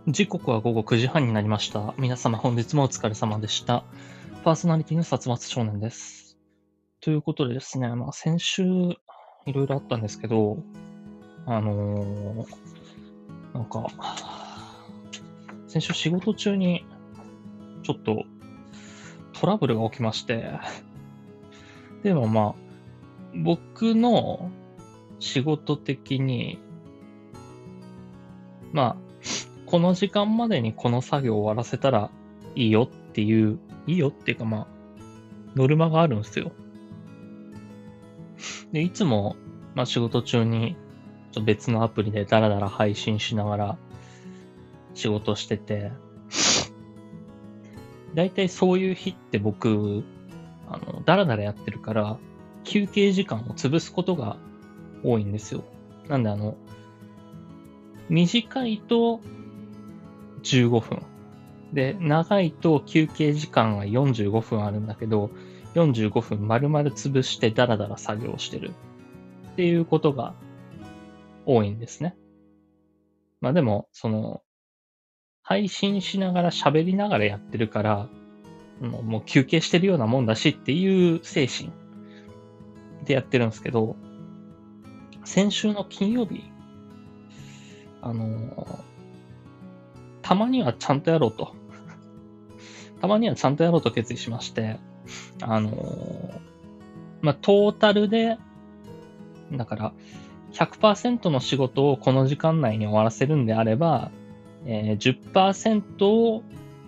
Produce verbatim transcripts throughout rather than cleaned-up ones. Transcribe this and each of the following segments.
時刻は午後くじはんになりました。皆様本日もお疲れ様でした。パーソナリティの殺伐少年です。ということでですね、まあ先週いろいろあったんですけど、あのーなんか、先週仕事中にちょっとトラブルが起きまして、でもまあ、僕の仕事的に、まあ、この時間までにこの作業を終わらせたらいいよっていう、いいよっていうかまあ、ノルマがあるんですよ。で、いつも、まあ仕事中に、ちょっと別のアプリでダラダラ配信しながら仕事してて、だいたいそういう日って僕、あの、ダラダラやってるから、休憩時間を潰すことが多いんですよ。なんであの、短いとじゅうごふん。で、長いと休憩時間がよんじゅうごふんあるんだけど、よんじゅうごふん丸々潰してダラダラ作業してるっていうことが多いんですね。まあでも、その、配信しながら喋りながらやってるから、もうもう休憩してるようなもんだしっていう精神でやってるんですけど、先週の金曜日、あの、たまにはちゃんとやろうと。たまにはちゃんとやろうと決意しまして、あの、まあ、トータルで、だから、ひゃくパーセントの仕事をこの時間内に終わらせるんであれば、えー、じゅっパーセントを、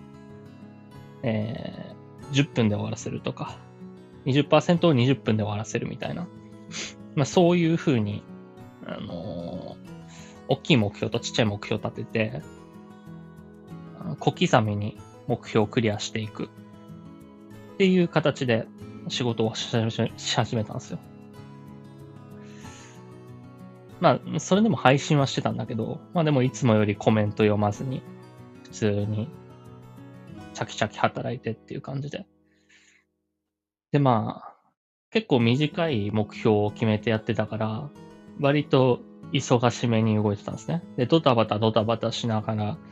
えー、じゅっぷんで終わらせるとか、にじゅっパーセントをにじゅっぷんで終わらせるみたいな。まあ、そういうふうに、あのー、大きい目標とちっちゃい目標を立てて、小刻みに目標をクリアしていくっていう形で仕事をし始めたんですよ。まあ、それでも配信はしてたんだけど、まあでもいつもよりコメント読まずに、普通に、チャキチャキ働いてっていう感じで。で、まあ、結構短い目標を決めてやってたから、割と忙しめに動いてたんですね。で、ドタバタドタバタしながら、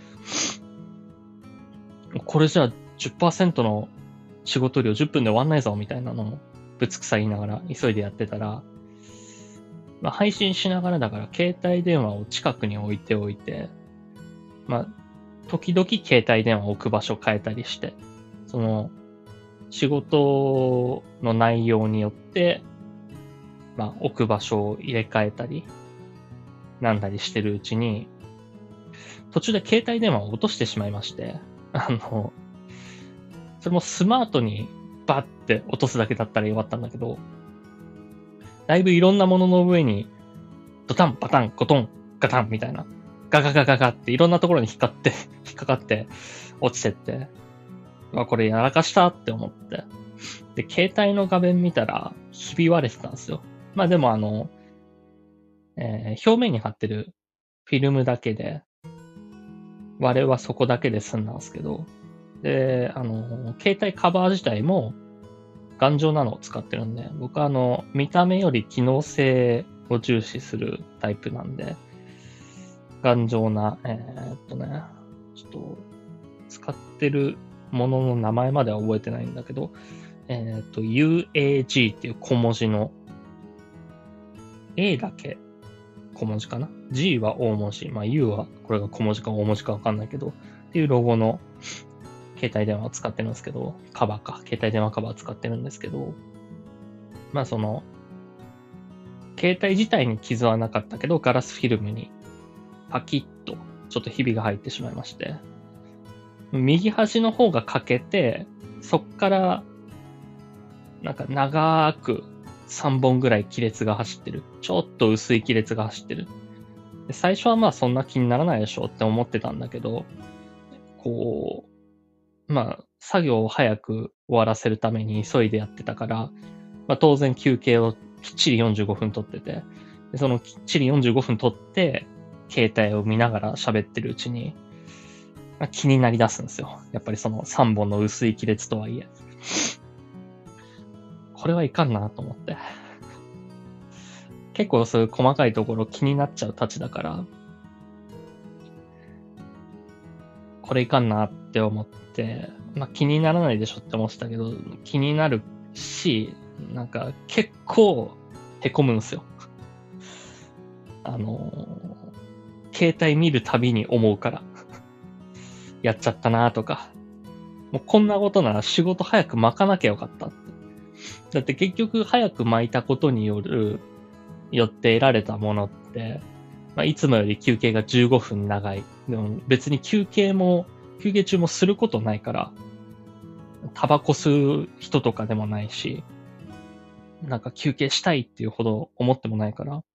これじゃあじゅっパーセントの仕事量じゅっぷんで終わんないぞみたいなのをぶつくさ言いながら急いでやってたら、まあ、配信しながらだから携帯電話を近くに置いておいて、まあ、時々携帯電話を置く場所変えたりして、その、仕事の内容によって、まあ、置く場所を入れ替えたり、なんだりしてるうちに、途中で携帯電話を落としてしまいまして、あの、それもスマートにバッて落とすだけだったらよかったんだけど、だいぶいろんなものの上に、ドタン、バタン、ゴトン、ガタンみたいな、ガガガガガっていろんなところに引っかって、引っかかって落ちてって、まあこれやらかしたって思って。で、携帯の画面見たら、ひび割れてたんですよ。まあでもあの、えー表面に貼ってるフィルムだけで、割れはそこだけで済んだんですけど、で、あの、携帯カバー自体も頑丈なのを使ってるんで、僕はあの、見た目より機能性を重視するタイプなんで、頑丈な、えーっとね、ちょっと、使ってるものの名前までは覚えてないんだけど、えーっと、ユーエージー っていう小文字の、A だけ小文字かな ?G は大文字。まあ U はこれが小文字か大文字かわかんないけど、っていうロゴの携帯電話を使ってるんですけど、カバーか。携帯電話カバー使ってるんですけど、まあその、携帯自体に傷はなかったけど、ガラスフィルムにパキッとちょっとひびが入ってしまいまして、右端の方が欠けて、そっから、なんか長くさんぼんぐらい亀裂が走ってる。ちょっと薄い亀裂が走ってる。で最初はまあそんな気にならないでしょうって思ってたんだけど、こう、まあ作業を早く終わらせるために急いでやってたから、まあ当然休憩をきっちりよんじゅうごふん取ってて、でそのきっちりよんじゅうごふん取って、携帯を見ながら喋ってるうちに、まあ気になり出すんですよ。やっぱりそのさんぼんの薄い亀裂とはいえ。これはいかんなと思って。結構そういう細かいところ気になっちゃうたちだから、 これいかんなって思って、まあ気にならないでしょって思ってたけど、気になるし、なんか結構凹むんですよ。あのー、携帯見るたびに思うから。やっちゃったなとか。もうこんなことなら仕事早く巻かなきゃよかったって。だって結局早く巻いたことによる、よって得られたものって、まあ、いつもより休憩がじゅうごふん長い。でも別に休憩も、休憩中もすることないから、タバコ吸う人とかでもないし、なんか休憩したいっていうほど思ってもないから、う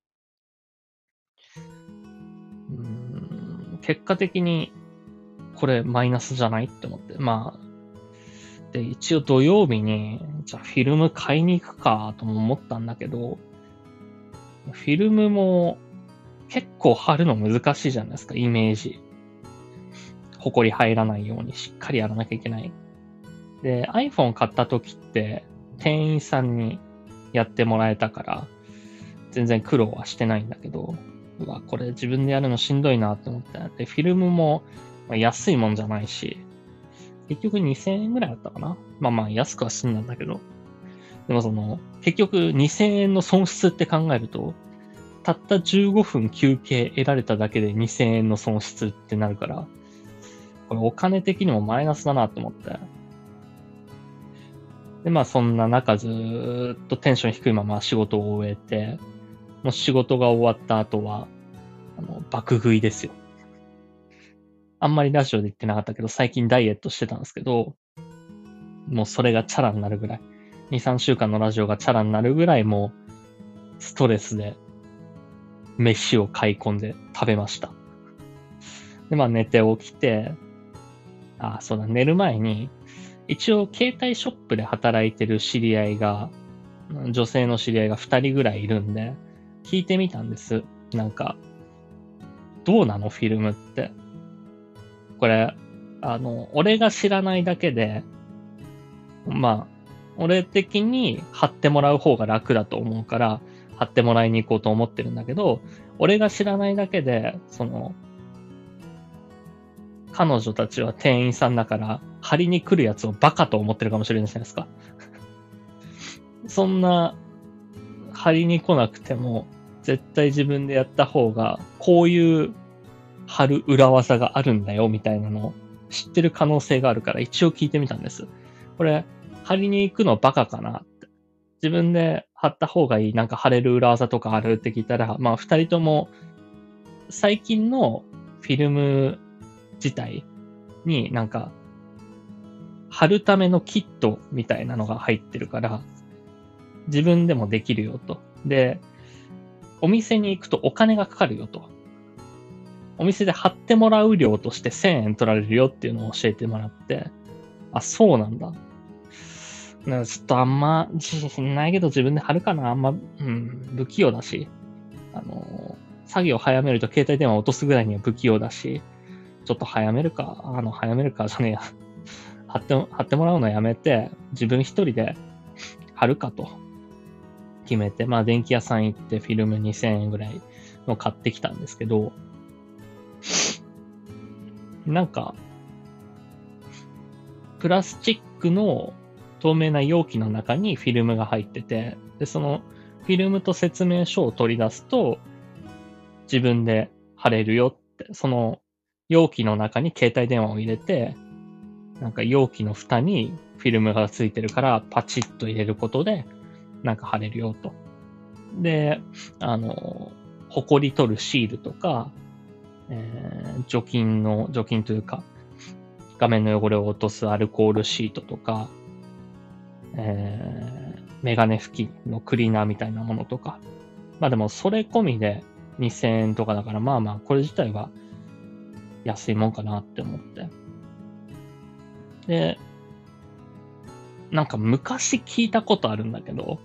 ーん、結果的にこれマイナスじゃないって思って。まあ、で、一応土曜日に、じゃあフィルム買いに行くかとも思ったんだけど、フィルムも結構貼るの難しいじゃないですか、イメージ。ほこり入らないようにしっかりやらなきゃいけない。で、iPhone 買った時って、店員さんにやってもらえたから、全然苦労はしてないんだけど、うわ、これ自分でやるのしんどいなって思って。で、フィルムも安いもんじゃないし、結局にせんえんぐらいだったかな。まあまあ安くは済んだんだけど。でもその、結局にせんえんの損失って考えると、たったじゅうごふん休憩得られただけでにせんえんの損失ってなるから、これお金的にもマイナスだなって思って。で、まあそんな中ずーっとテンション低いまま仕事を終えて、もう仕事が終わった後は、あの、爆食いですよ。あんまりラジオで言ってなかったけど、最近ダイエットしてたんですけど、もうそれがチャラになるぐらい。に、さんしゅうかんのラジオがチャラになるぐらいもう、ストレスで、飯を買い込んで食べました。で、まあ寝て起きて、あ、そうだ、寝る前に、一応携帯ショップで働いてる知り合いが、女性の知り合いがふたりぐらいいるんで、聞いてみたんです。なんか、どうなのフィルムって。これ、あの、俺が知らないだけで、まあ、俺的に貼ってもらう方が楽だと思うから、貼ってもらいに行こうと思ってるんだけど、俺が知らないだけで、その、彼女たちは店員さんだから、貼りに来るやつをバカと思ってるかもしれないじゃないですか。そんな、貼りに来なくても、絶対自分でやった方が、こういう貼る裏技があるんだよ、みたいなのを知ってる可能性があるから、一応聞いてみたんです。これ、貼りに行くのバカかなって。自分で貼った方がいい、なんか貼れる裏技とかあるって聞いたら、まあ二人とも、最近のフィルム自体になんか、貼るためのキットみたいなのが入ってるから、自分でもできるよと。で、お店に行くとお金がかかるよと。お店で貼ってもらう料としてせんえん取られるよっていうのを教えてもらって、あ、そうなんだ。なんかちょっとあんま自信ないけど自分で貼るかな。あんま、うん、不器用だし。あの、作業早めると携帯電話落とすぐらいには不器用だし、ちょっと早めるか、あの、早めるかじゃねえや。貼って、貼ってもらうのやめて、自分一人で貼るかと決めて、まあ電気屋さん行ってフィルムにせんえんぐらいの買ってきたんですけど、なんか、プラスチックの透明な容器の中にフィルムが入ってて、で、そのフィルムと説明書を取り出すと、自分で貼れるよって、その容器の中に携帯電話を入れて、なんか容器の蓋にフィルムがついてるからパチッと入れることで、なんか貼れるよと。で、あの、ホコリ取るシールとか、えー、除菌の、除菌というか、画面の汚れを落とすアルコールシートとか、えー、メガネ拭きのクリーナーみたいなものとか。まあでもそれ込みでにせんえんとかだから、まあまあこれ自体は安いもんかなって思って。で、なんか昔聞いたことあるんだけど、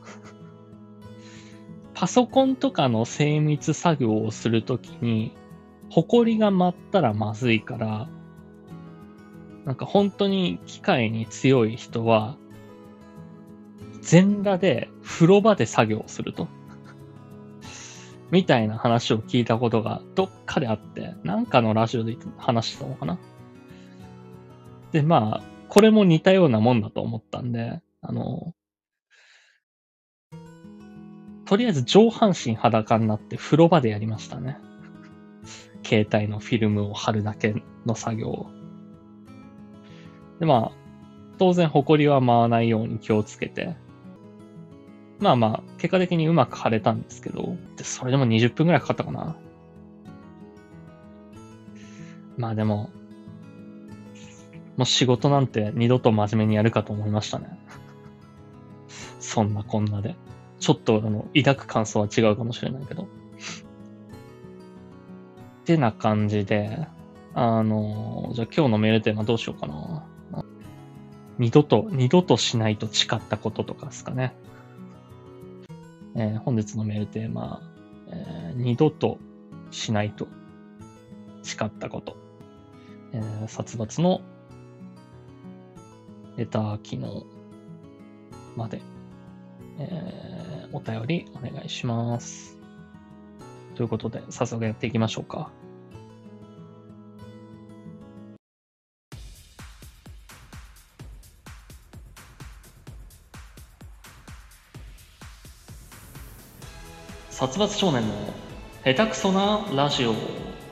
パソコンとかの精密作業をするときに、ホコリが舞ったらまずいから、なんか本当に機械に強い人は、全裸で風呂場で作業をすると。みたいな話を聞いたことがどっかであって、なんかのラジオで話したのかな。 で、まあ、これも似たようなもんだと思ったんで、あの、とりあえず上半身裸になって風呂場でやりましたね。携帯のフィルムを貼るだけの作業を。で、まあ、当然埃は舞わないように気をつけて、まあまあ、結果的にうまく貼れたんですけど、でそれでもにじゅっぷんくらいかかったかな。まあでも、もう仕事なんて二度と真面目にやるかと思いましたね。そんなこんなで。ちょっとあの、抱く感想は違うかもしれないけど。ってな感じで、あの、じゃあ今日のメールテーマどうしようかな。二度と、二度としないと誓ったこととかですかね。えー、本日のメールテーマ、えー、二度としないと誓ったこと。えー、殺伐のレター機能まで、えー、お便りお願いします。ということで、早速やっていきましょうか。殺伐少年の下手くそなラジオ。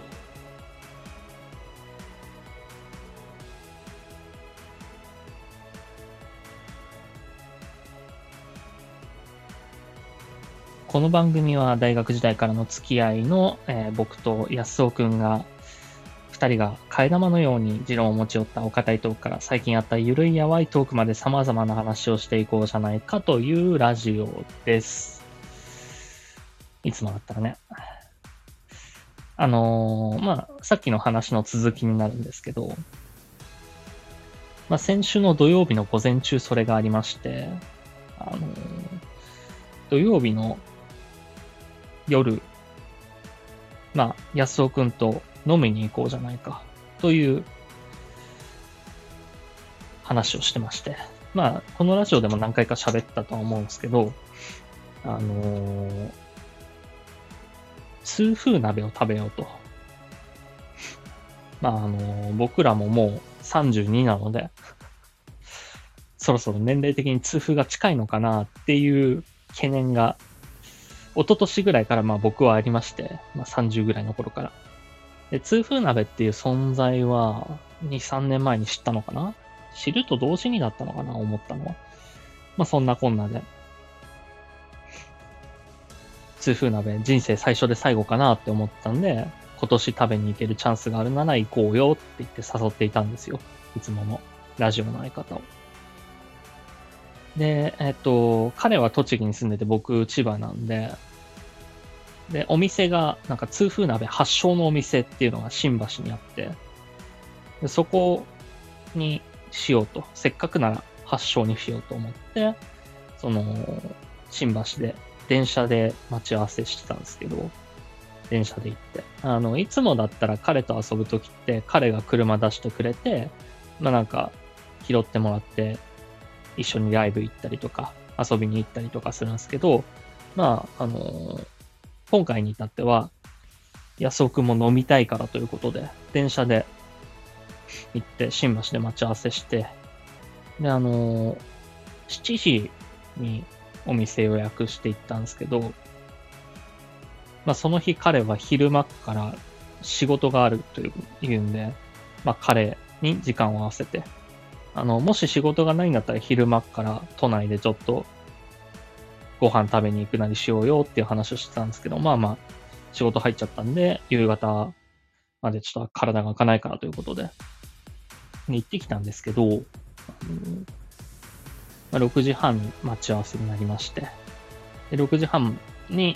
この番組は大学時代からの付き合いの、えー、僕と安尾くんが二人が替え玉のように持論を持ち寄ったお堅いトークから最近あったゆるいやわいトークまで様々な話をしていこうじゃないかというラジオです。いつもだったらね。あのー、まあ、さっきの話の続きになるんですけど、まあ、先週の土曜日の午前中それがありまして、あのー、土曜日の夜、まあ、安尾くんと飲みに行こうじゃないか、という話をしてまして。まあ、このラジオでも何回か喋ったとは思うんですけど、あのー、痛風鍋を食べようと。まあ、あのー、僕らももうさんじゅうになので、そろそろ年齢的に痛風が近いのかなっていう懸念が、一昨年ぐらいからまあ僕はありまして、まあさんじゅうぐらいの頃から。で、痛風鍋っていう存在は、に、さんねんまえに知ったのかな？知ると同時にだったのかな？思ったのは。まあそんなこんなで。痛風鍋人生最初で最後かなって思ったんで、今年食べに行けるチャンスがあるなら行こうよって言って誘っていたんですよ。いつものラジオの相方を。で、えっと、彼は栃木に住んでて僕千葉なんで、で、お店が、なんか痛風鍋発祥のお店っていうのが新橋にあって、でそこにしようと。せっかくなら発祥にしようと思って、その、新橋で電車で待ち合わせしてたんですけど、電車で行って。あの、いつもだったら彼と遊ぶときって彼が車出してくれて、まあなんか拾ってもらって一緒にライブ行ったりとか遊びに行ったりとかするんですけど、まあ、あのー、今回に至っては安尾くんも飲みたいからということで、電車で行って新橋で待ち合わせして、で、あのー、しちじにお店予約して行ったんですけど、まあその日彼は昼間から仕事があるというんで、まあ彼に時間を合わせて、あの、もし仕事がないんだったら昼間から都内でちょっとご飯食べに行くなりしようよっていう話をしてたんですけど、まあまあ仕事入っちゃったんで、夕方までちょっと体が開かないからということで、で行ってきたんですけど、まあ、ろくじはんに待ち合わせになりまして、でろくじはんに、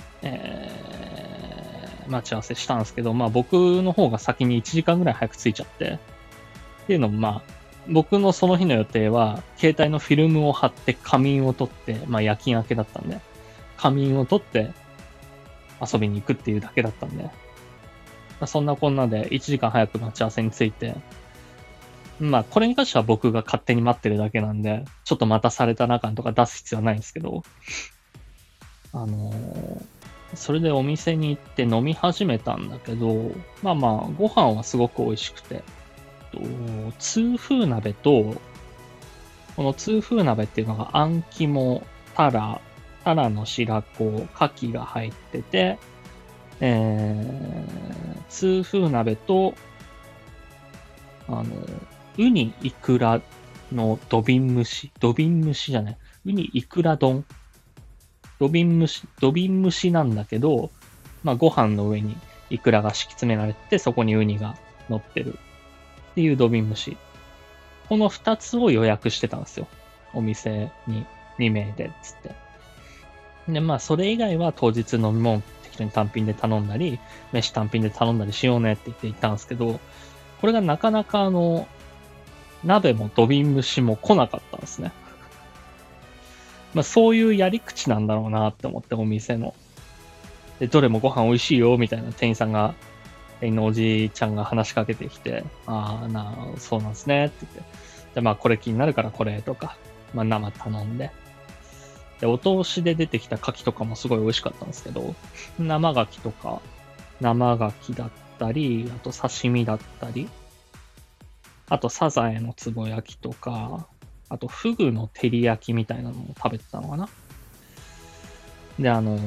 えー、待ち合わせしたんですけど、まあ僕の方が先にいちじかんぐらい早く着いちゃって、っていうのもまあ、僕のその日の予定は、携帯のフィルムを貼って仮眠を取って、まあ夜勤明けだったんで、仮眠を取って遊びに行くっていうだけだったんで、まあ、そんなこんなでいちじかん早く待ち合わせについて、まあこれに関しては僕が勝手に待ってるだけなんで、ちょっと待たされたな感とか出す必要はないんですけど、あのー、それでお店に行って飲み始めたんだけど、まあまあご飯はすごく美味しくて、 と、痛風鍋と、この痛風鍋っていうのがあん肝、タラ、タラの白子、牡蠣が入ってて、えー、痛風鍋と、あの、ウニ、イクラの土瓶蒸し、土瓶蒸しじゃない、ウニ、イクラ丼。土瓶蒸し、土瓶蒸しなんだけど、まあご飯の上にイクラが敷き詰められて、そこにウニが乗ってるっていう土瓶蒸し。この二つを予約してたんですよ。お店にに名で、つって。で、まあそれ以外は当日飲み物適当に単品で頼んだり、飯単品で頼んだりしようねって言って行ったんですけど、これがなかなかあの、鍋も土瓶蒸しも来なかったんですね。まあそういうやり口なんだろうなって思って、お店の。で、どれもご飯美味しいよみたいな店員さんが、店員のおじいちゃんが話しかけてきて、ああ、なあ、そうなんですねって言って。で、まあこれ気になるからこれとか、まあ生頼んで。で、お通しで出てきた牡蠣とかもすごい美味しかったんですけど、生牡蠣とか、生牡蠣だったり、あと刺身だったり、あとサザエのつぼ焼きとか、あとフグの照り焼きみたいなのも食べてたのかな。で、あの、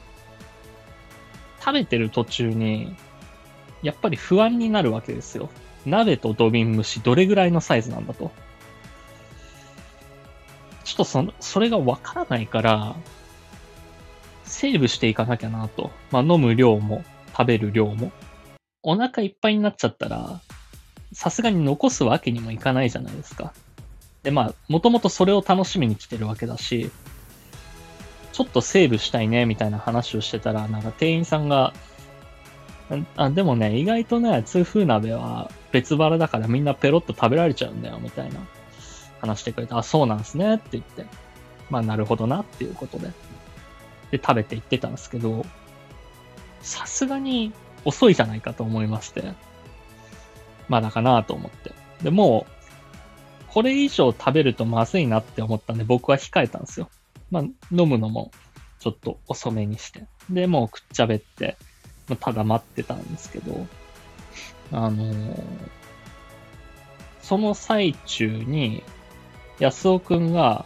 食べてる途中に、やっぱり不安になるわけですよ。鍋と土瓶蒸しどれぐらいのサイズなんだと。ちょっとその、それがわからないから、セーブしていかなきゃなと。まあ飲む量も、食べる量も。お腹いっぱいになっちゃったら、さすがに残すわけにもいかないじゃないですか。で、まあ、もともとそれを楽しみに来てるわけだし、ちょっとセーブしたいね、みたいな話をしてたら、なんか店員さんが、あ、でもね、意外とね、痛風鍋は別腹だからみんなペロッと食べられちゃうんだよ、みたいな話してくれて、あ、そうなんですね、って言って。まあ、なるほどな、っていうことで。で、食べていってたんですけど、さすがに遅いじゃないかと思いまして。まだかなと思って。で、もう、これ以上食べるとまずいなって思ったんで、僕は控えたんですよ。まあ、飲むのもちょっと遅めにして。で、もうくっちゃべって、ただ待ってたんですけど、あのー、その最中に、安尾くんが、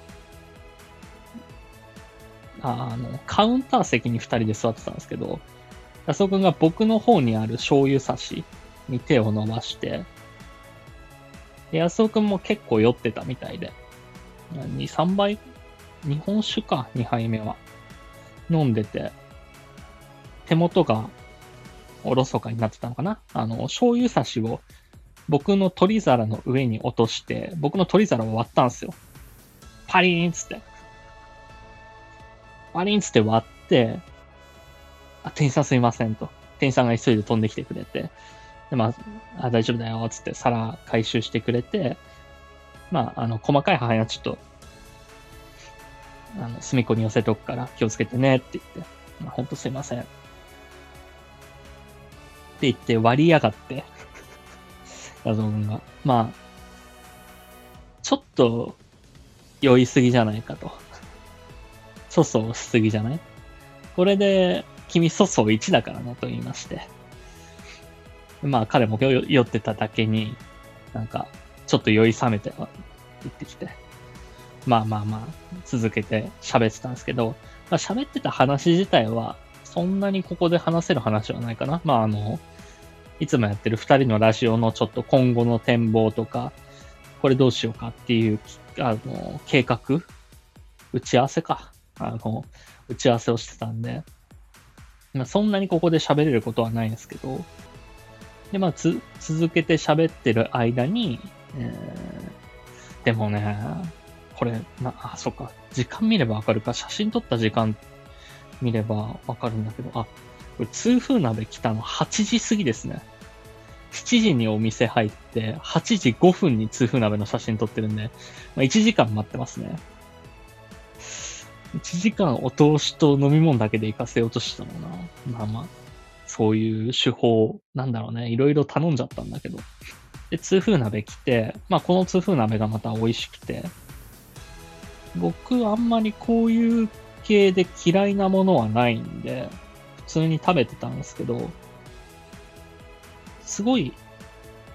あの、カウンター席に二人で座ってたんですけど、安尾くんが僕の方にある醤油差しに手を伸ばして、で、安尾くんも結構酔ってたみたいで、に、さんばい、日本酒か、にはいめは。飲んでて、手元がおろそかになってたのかな。あの、醤油差しを僕の取り皿の上に落として、僕の取り皿を割ったんですよ。パリーンつって。パリーンつって割って、あ、店員さんすいませんと。店員さんが急いで飛んできてくれて、で、まあ、あ大丈夫だよ、つって皿回収してくれて、まあ、あの、細かい破片はちょっと、あの、隅っこに寄せとくから気をつけてねって言って、まあ、ほんとすいません。って言って割りやがって、画像君が。まあ、ちょっと、酔いすぎじゃないかと。粗相しすぎじゃない？これで、君粗相いちだからなと言いまして。まあ彼も酔ってただけに、なんか、ちょっと酔い冷めて言ってきて。まあまあまあ、続けて喋ってたんですけど、まあ喋ってた話自体は、そんなにここで話せる話はないかな。まああの、いつもやってる二人のラジオのちょっと今後の展望とか、これどうしようかっていう、あの、計画打ち合わせか。あの、打ち合わせをしてたんで、まあそんなにここで喋れることはないんですけど、で、まあ、つ、続けて喋ってる間に、えー、でもね、これ、な、あ、そっか、時間見ればわかるか、写真撮った時間見ればわかるんだけど、あ、これ、痛風鍋来たのはちじ過ぎですね。しちじにお店入って、はちじごふんに痛風鍋の写真撮ってるんで、まあ、いちじかん待ってますね。いちじかんお通しと飲み物だけで行かせようとしたのな。まあまあ。そういう手法、なんだろうね。いろいろ頼んじゃったんだけど。で、痛風鍋来て、まあこの痛風鍋がまた美味しくて、僕あんまりこういう系で嫌いなものはないんで、普通に食べてたんですけど、すごい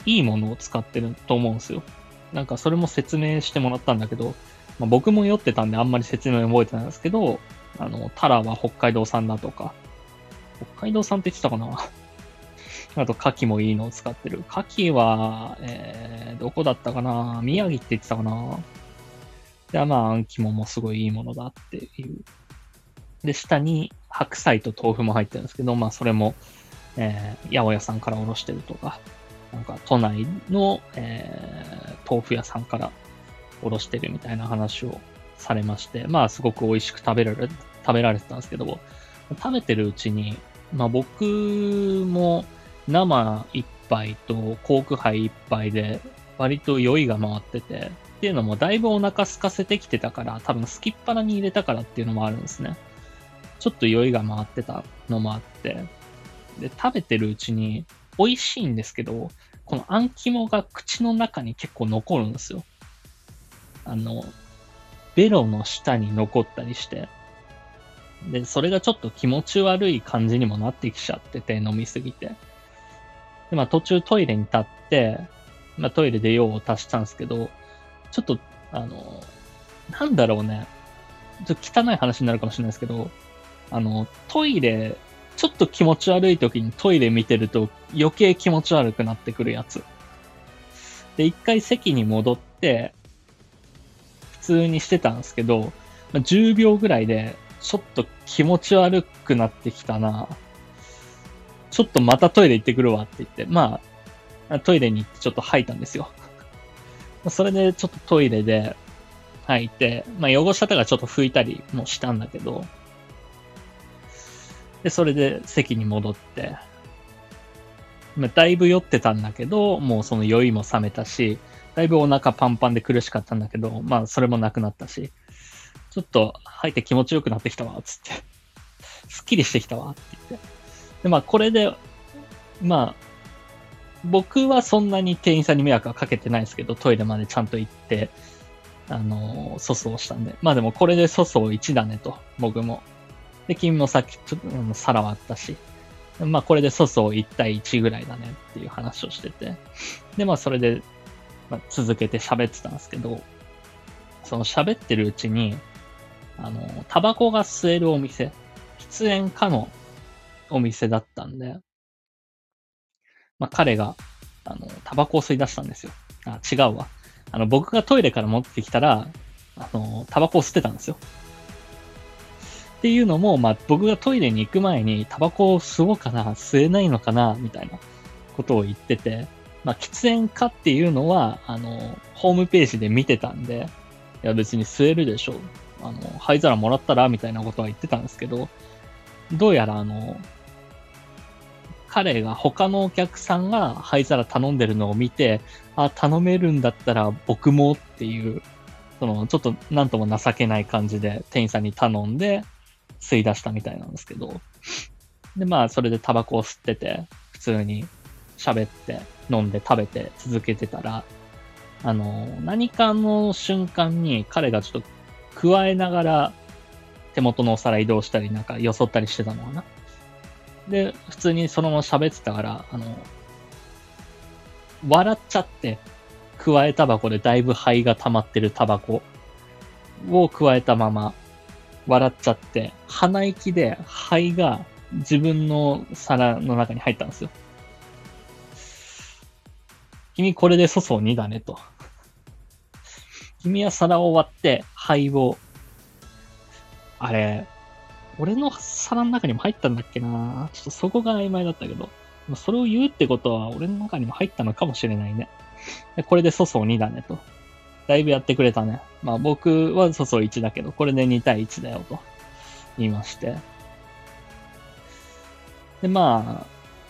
いいものを使ってると思うんですよ。なんかそれも説明してもらったんだけど、まあ、僕も酔ってたんであんまり説明覚えてないんですけど、あの、タラは北海道産だとか、北海道産って言ってたかなあと、牡蠣もいいのを使ってる。牡蠣は、えー、どこだったかな宮城って言ってたかなで、まあ、あん肝もすごいいいものだっていう。で、下に白菜と豆腐も入ってるんですけど、まあ、それも、えー、八百屋さんからおろしてるとか、なんか、都内の、えー、豆腐屋さんからおろしてるみたいな話をされまして、まあ、すごく美味しく食べられ、食べられてたんですけど、食べてるうちに、まあ、僕も生一杯とコーク杯一杯で割と酔いが回ってて、っていうのもだいぶお腹空かせてきてたから、多分すきっ腹に入れたからっていうのもあるんですね。ちょっと酔いが回ってたのもあって、で、食べてるうちに美味しいんですけど、このあん肝が口の中に結構残るんですよ。あの、ベロの下に残ったりして、で、それがちょっと気持ち悪い感じにもなってきちゃってて、飲みすぎて。で、まあ途中トイレに立って、まあトイレで用を足したんですけど、ちょっと、あの、なんだろうね。ちょっと汚い話になるかもしれないですけど、あの、トイレ、ちょっと気持ち悪い時にトイレ見てると余計気持ち悪くなってくるやつ。で、一回席に戻って、普通にしてたんですけど、まあ、じゅうびょうぐらいで、ちょっと気持ち悪くなってきたな。ちょっとまたトイレ行ってくるわって言って、まあ、トイレに行ってちょっと吐いたんですよ。それでちょっとトイレで吐いて、まあ汚した手がちょっと拭いたりもしたんだけど、で、それで席に戻って、まあ、だいぶ酔ってたんだけど、もうその酔いも冷めたし、だいぶお腹パンパンで苦しかったんだけど、まあそれもなくなったし、ちょっと吐いて気持ちよくなってきたわ、つって。すっきりしてきたわ、って言って。で、まあこれで、まあ、僕はそんなに店員さんに迷惑はかけてないですけど、トイレまでちゃんと行って、あのー、粗相したんで。まあでもこれで粗相いちだねと、僕も。で、君もさっきちょっと、うん、皿はあったし。まあこれで粗相いち対いちぐらいだねっていう話をしてて。で、まあそれで、まあ、続けて喋ってたんですけど、その喋ってるうちに、あの、タバコが吸えるお店、喫煙可のお店だったんで、まあ彼が、あの、タバコを吸い出したんですよ。あ、違うわ。あの、僕がトイレから持ってきたら、あの、タバコを吸ってたんですよ。っていうのも、まあ、僕がトイレに行く前に、タバコを吸おうかな、吸えないのかな、みたいなことを言ってて、まあ、喫煙かっていうのは、あの、ホームページで見てたんで、いや、別に吸えるでしょ。あの、灰皿もらったらみたいなことは言ってたんですけど、どうやらあの、彼が他のお客さんが灰皿頼んでるのを見て、あ、頼めるんだったら僕もっていう、その、ちょっとなんとも情けない感じで店員さんに頼んで吸い出したみたいなんですけど、で、まあ、それでタバコを吸ってて、普通に喋って、飲んで食べて続けてたら、あの、何かの瞬間に彼がちょっと加えながら手元のお皿移動したり、なんかよそったりしてたのかな。で、普通にそのまま喋ってたから、あの、笑っちゃって、加えタバコでだいぶ灰が溜まってるタバコを加えたまま、笑っちゃって、鼻息で灰が自分の皿の中に入ったんですよ。君これで粗相にだねと。君は皿を割って灰を、あれ、俺の皿の中にも入ったんだっけなちょっとそこが曖昧だったけど。それを言うってことは俺の中にも入ったのかもしれないね。これで粗相にだねと。だいぶやってくれたね。まあ僕は粗相いちだけど、これでに対いちだよと言いまして。で、まあ、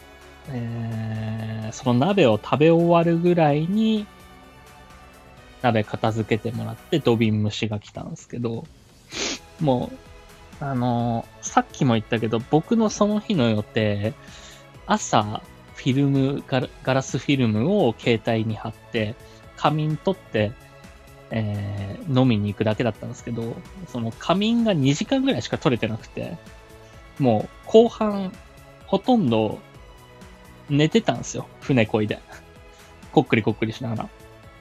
えー、その鍋を食べ終わるぐらいに、鍋片付けてもらって土瓶蒸しが来たんですけど、もう、あのー、さっきも言ったけど、僕のその日の予定、朝、フィルムガラ、ガラスフィルムを携帯に貼って、仮眠取って、えー、飲みに行くだけだったんですけど、その仮眠がにじかんぐらいしか取れてなくて、もう後半、ほとんど寝てたんですよ。船こいで。 こっくりこっくりしながら。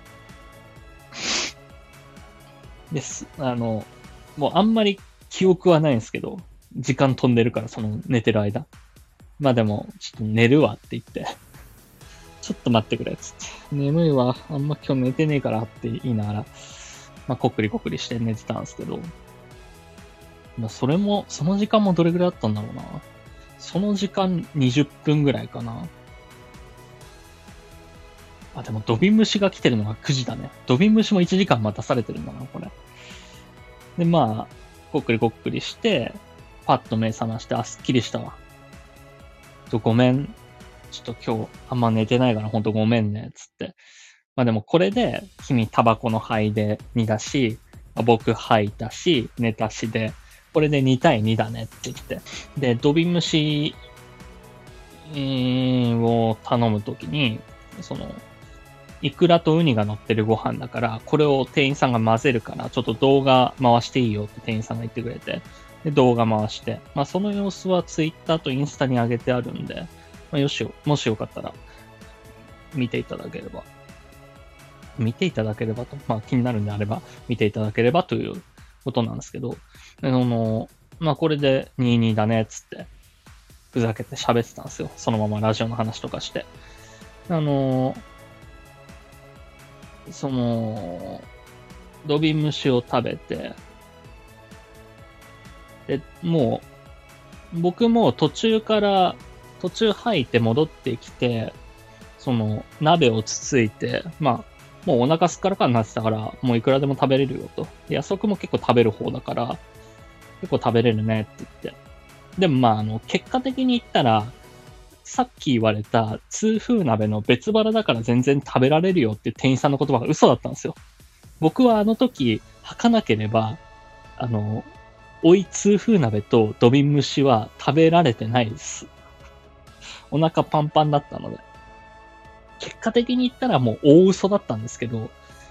です。あの、もうあんまり記憶はないんですけど、時間飛んでるから、その寝てる間。まあでも、ちょっと寝るわって言って、ちょっと待ってくれっつって、眠いわ、あんま今日寝てねえからって言いながら、まあこっくりこっくりして寝てたんですけど、まあそれも、その時間もどれぐらいだったんだろうな。その時間にじゅっぷんぐらいかな。あ、でもドビン虫が来てるのがくじだね。ドビン虫もいちじかん待たされてるんだな、これ。で、まあ、こっくりこっくりして、パッと目覚まして、あ、すっきりしたわ。とごめん。ちょっと今日あんま寝てないからほんとごめんね、つって。まあでもこれで、君タバコの灰でにだし、僕吐いたし、寝たしで、これでに対にだねって言って。で、ドビン虫を頼むときに、その、イクラとウニが乗ってるご飯だから、これを店員さんが混ぜるから、ちょっと動画回していいよって店員さんが言ってくれて、で、動画回して、まあその様子はツイッターとインスタに上げてあるんで、まあよしよ、もしよかったら、見ていただければ。見ていただければと、まあ気になるんであれば、見ていただければということなんですけど、あの、まあこれでにたいにだね、つって、ふざけて喋ってたんですよ。そのままラジオの話とかして。あの、その、ドビムシを食べて、で、もう、僕も途中から、途中吐いて戻ってきて、その、鍋をつついて、まあ、もうお腹すっからかになってたから、もういくらでも食べれるよと。で、安岡も結構食べる方だから、結構食べれるねって言って。でもまあ、あの、結果的に言ったら、さっき言われた痛風鍋の別腹だから全然食べられるよっていう店員さんの言葉が嘘だったんですよ。僕はあの時吐かなければ、あの、追い痛風鍋とドビン蒸しは食べられてないです。お腹パンパンだったので。結果的に言ったらもう大嘘だったんですけど、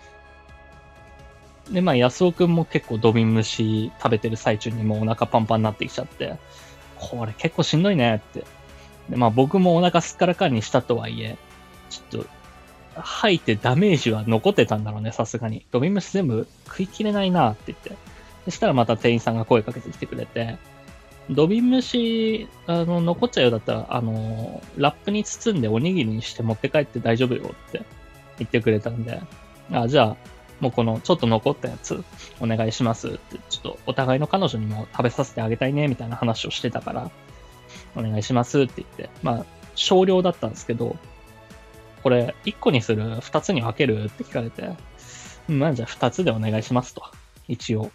で、まあ、安尾くんも結構ドビン蒸し食べてる最中にもうお腹パンパンになってきちゃって、これ結構しんどいねって。で、まあ僕もお腹すっからかんにしたとはいえ、ちょっと、吐いてダメージは残ってたんだろうね、さすがに。ドビン蒸し全部食い切れないなって言って。そしたらまた店員さんが声かけてきてくれて、ドビン蒸し、あの、残っちゃうようだったら、あの、ラップに包んでおにぎりにして持って帰って大丈夫よって言ってくれたんで、あ、じゃあ、もうこのちょっと残ったやつお願いしますって、ちょっとお互いの彼女にも食べさせてあげたいねみたいな話をしてたから、お願いしますって言って、まあ、少量だったんですけど、これいっこにする ?ふた つに分けるって聞かれて、まあじゃあふたつでお願いしますと。一応。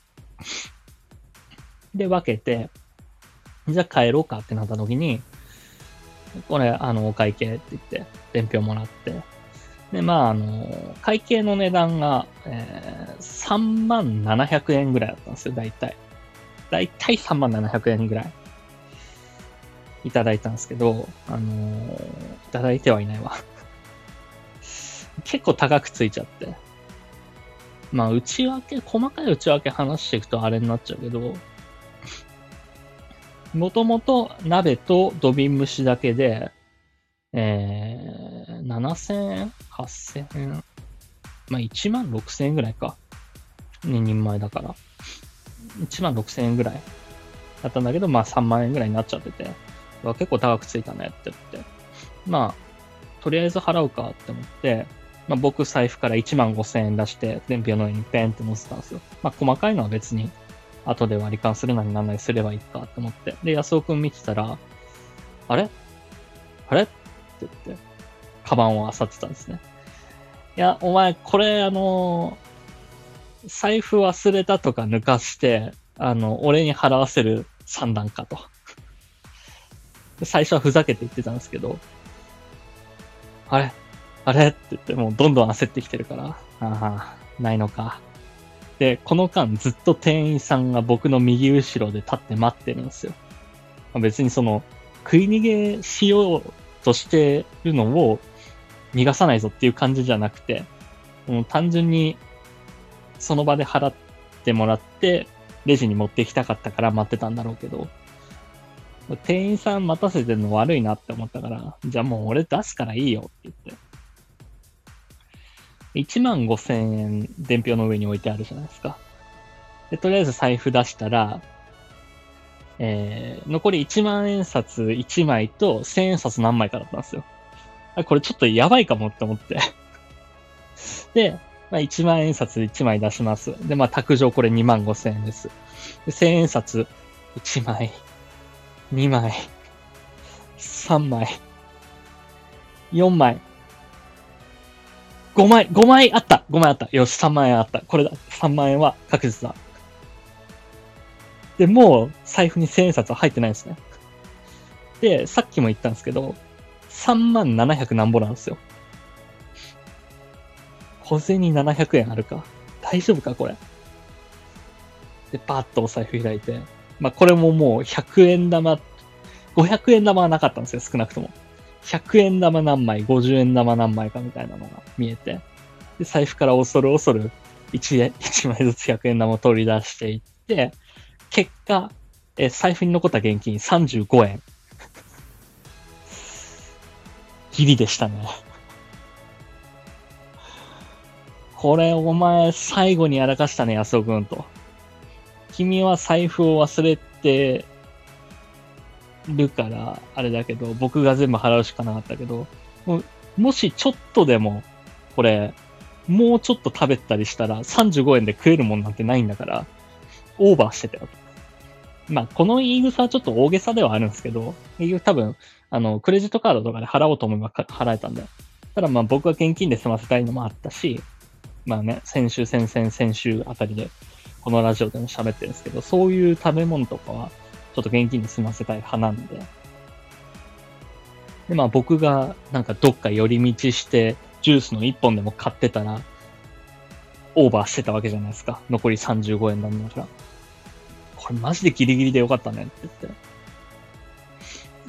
で、分けて、じゃあ帰ろうかってなった時に、これ、あの、お会計って言って、伝票もらって、で、まあ、あの、会計の値段が、えー、さんまんななひゃくえんぐらいだったんですよ、大体。大体さんまんななひゃくえんぐらい。いただいたんですけど、あのー、いただいてはいないわ。結構高くついちゃって。まあ、内訳、細かい内訳話していくとあれになっちゃうけど、もともと鍋と土瓶蒸しだけで、えー、ななせんえん ?はっせんえんまあ、いちまんろくせんえんぐらいか。ににんまえだから。いちまんろくせんえんぐらいだったんだけど、まあさんまんえんぐらいになっちゃってて、結構高くついたねって言って。まあ、とりあえず払うかって思って、まあ僕財布からいちまんごせんえん出して、伝票の上にペンって載せたんですよ。まあ細かいのは別に、後で割り勘するなりなんなりすればいいかって思って。で、安尾くん見てたら、あれあれって言って、カバンを漁ってたんですね。いや、お前、これあのー、財布忘れたとか抜かして、あの、俺に払わせる算段かと。最初はふざけて言ってたんですけど、あれあれって言ってもうどんどん焦ってきてるから、ああ、ないのか。で、この間ずっと店員さんが僕の右後ろで立って待ってるんですよ。別にその、食い逃げしようとしてるのを逃がさないぞっていう感じじゃなくて、もう単純にその場で払ってもらって、レジに持ってきたかったから待ってたんだろうけど、店員さん待たせてるの悪いなって思ったから、じゃあもう俺出すからいいよって言って。 いちまんごせんえん伝票の上に置いてあるじゃないですか。で、とりあえず財布出したら、えー、残りいちまん円札いちまいとせんえん札何枚かだったんですよ。あ、これちょっとやばいかもって思って。で、まあ、いちまん円札いちまい出します。で、まあ、卓上これにまんごせんえんです。で、せんえん札いちまい、にまい、さんまい、よんまい、ごまい、ごまいあった !ご 枚あった。よし、さんまん円あった。これだ。さんまん円は確実だ。で、もう財布にせんえん札は入ってないんですね。で、さっきも言ったんですけど、さんまんななひゃくなんぼなんですよ。小銭ななひゃくえんあるか。大丈夫かこれ。で、パーッとお財布開いて。まあ、これももうひゃくえん玉、ごひゃくえん玉はなかったんですよ、少なくとも。ひゃくえん玉何枚、ごじゅうえん玉何枚かみたいなのが見えて。で、財布から恐る恐る1、いちまいずつひゃくえん玉を取り出していって、結果、え財布に残った現金さんじゅうごえん。ギリでしたね。これお前最後にやらかしたね、安尾くんと。君は財布を忘れてるから、あれだけど、僕が全部払うしかなかったけど、も, もしちょっとでも、これ、もうちょっと食べたりしたらさんじゅうごえんで食えるもんなんてないんだから、オーバーしてたよ。まあ、この言い草はちょっと大げさではあるんですけど、結局多分、あの、クレジットカードとかで払おうと思えば払えたんだよ。ただまあ僕は現金で済ませたいのもあったし、まあね、先週、先々、先週あたりで、このラジオでも喋ってるんですけど、そういう食べ物とかは、ちょっと現金で済ませたい派なんで。で、まあ僕がなんかどっか寄り道して、ジュースのいっぽんでも買ってたら、オーバーしてたわけじゃないですか。残りさんじゅうごえんなんだから。これマジでギリギリでよかったねって言って。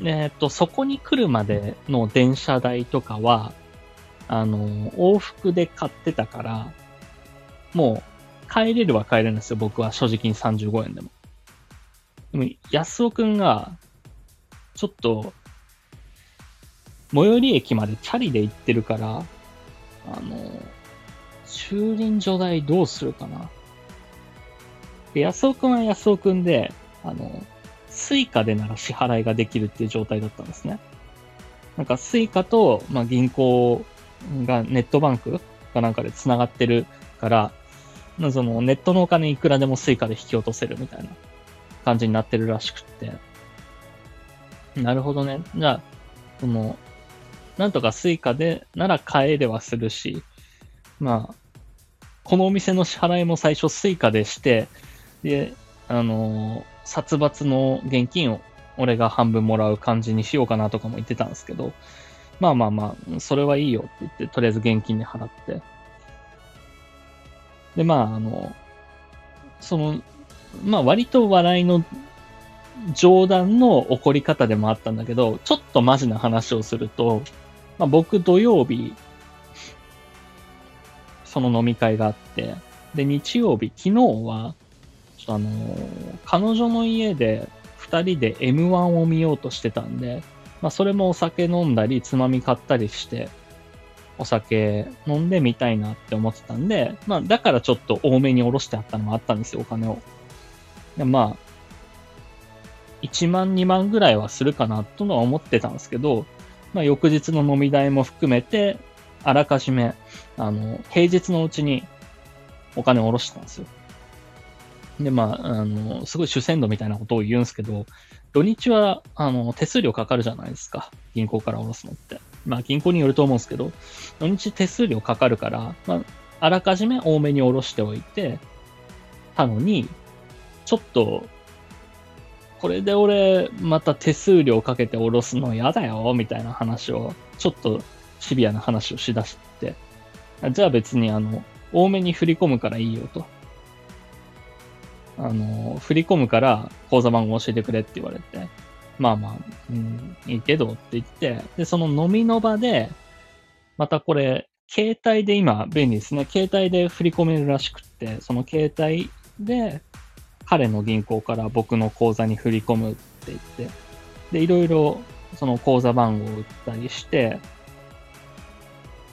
えっと、そこに来るまでの電車代とかは、あの、往復で買ってたから、もう、帰れるは帰れるんですよ。僕は所持金さんじゅうごえんでも。でも、安尾くんが、ちょっと、最寄り駅までチャリで行ってるから、あの、駐輪場代どうするかな。で、安尾くんは安尾くんで、あの、スイカでなら支払いができるっていう状態だったんですね。なんかスイカと、まあ、銀行がネットバンクかなんかで繋がってるから、そのネットのお金いくらでもスイカで引き落とせるみたいな感じになってるらしくって。なるほどね。じゃあ、その、なんとかスイカでなら買えれはするし、まあ、このお店の支払いも最初スイカでして、で、あのー、殺伐の現金を俺が半分もらう感じにしようかなとかも言ってたんですけど、まあまあまあ、それはいいよって言って、とりあえず現金で払って。で、まあ、あの、その、まあ割と笑いの冗談の起こり方でもあったんだけど、ちょっとマジな話をすると、まあ僕土曜日、その飲み会があって、で、日曜日、昨日は、あのー、彼女の家で二人で エムワン を見ようとしてたんで、まあそれもお酒飲んだり、つまみ買ったりして、お酒飲んでみたいなって思ってたんで、まあだからちょっと多めにおろしてあったのもあったんですよ、お金を。でまあ、いちまんにまんぐらいはするかなとは思ってたんですけど、まあ翌日の飲み代も含めて、あらかじめ、あの、平日のうちにお金を下ろしてたんですよ。で、まあ、あの、すごい主戦度みたいなことを言うんですけど、土日は、あの、手数料かかるじゃないですか。銀行から下ろすのって。まあ、銀行によると思うんですけど、土日手数料かかるから、まあ、あらかじめ多めに下ろしておいて、たのに、ちょっと、これで俺、また手数料かけて下ろすの嫌だよ、みたいな話を、ちょっとシビアな話をしだして、じゃあ別にあの、多めに振り込むからいいよと。あの、振り込むから口座番号教えてくれって言われて、まあまあ、うん、いいけどって言って、で、その飲みの場で、またこれ、携帯で今便利ですね。携帯で振り込めるらしくって、その携帯で彼の銀行から僕の口座に振り込むって言って、で、いろいろその口座番号を打ったりして、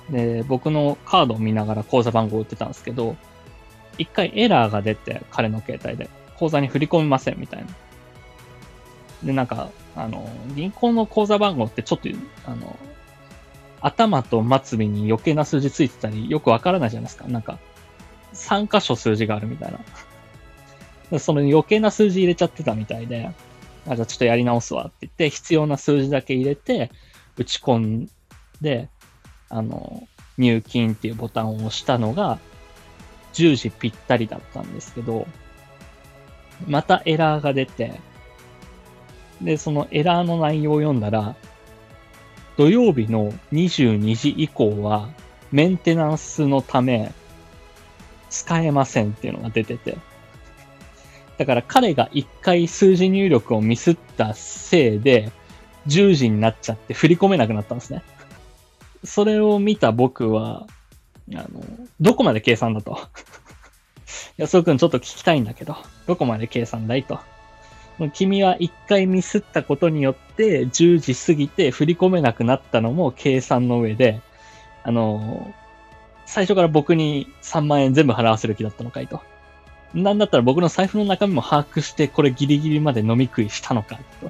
で、僕のカードを見ながら口座番号を打ってたんですけど、一回エラーが出て、彼の携帯で、口座に振り込みませんみたいな。で、なんか、あの、銀行の口座番号ってちょっと、あの、頭と末尾に余計な数字ついてたり、よくわからないじゃないですか。なんか、さん箇所数字があるみたいな。その余計な数字入れちゃってたみたいで、あ、じゃあちょっとやり直すわって言って、必要な数字だけ入れて、打ち込んで、あの、入金っていうボタンを押したのが、じゅうじぴったりだったんですけど、またエラーが出て、で、そのエラーの内容を読んだら、土曜日のにじゅうにじ以降はメンテナンスのため使えませんっていうのが出てて。だから彼が一回数字入力をミスったせいでじゅうじになっちゃって振り込めなくなったんですね。それを見た僕は、あの、どこまで計算だと。安尾くんちょっと聞きたいんだけど、どこまで計算だいと。君は一回ミスったことによってじゅうじ過ぎて振り込めなくなったのも計算の上で、あの、最初から僕にさんまんえん全部払わせる気だったのかいと。なんだったら僕の財布の中身も把握してこれギリギリまで飲み食いしたのかと。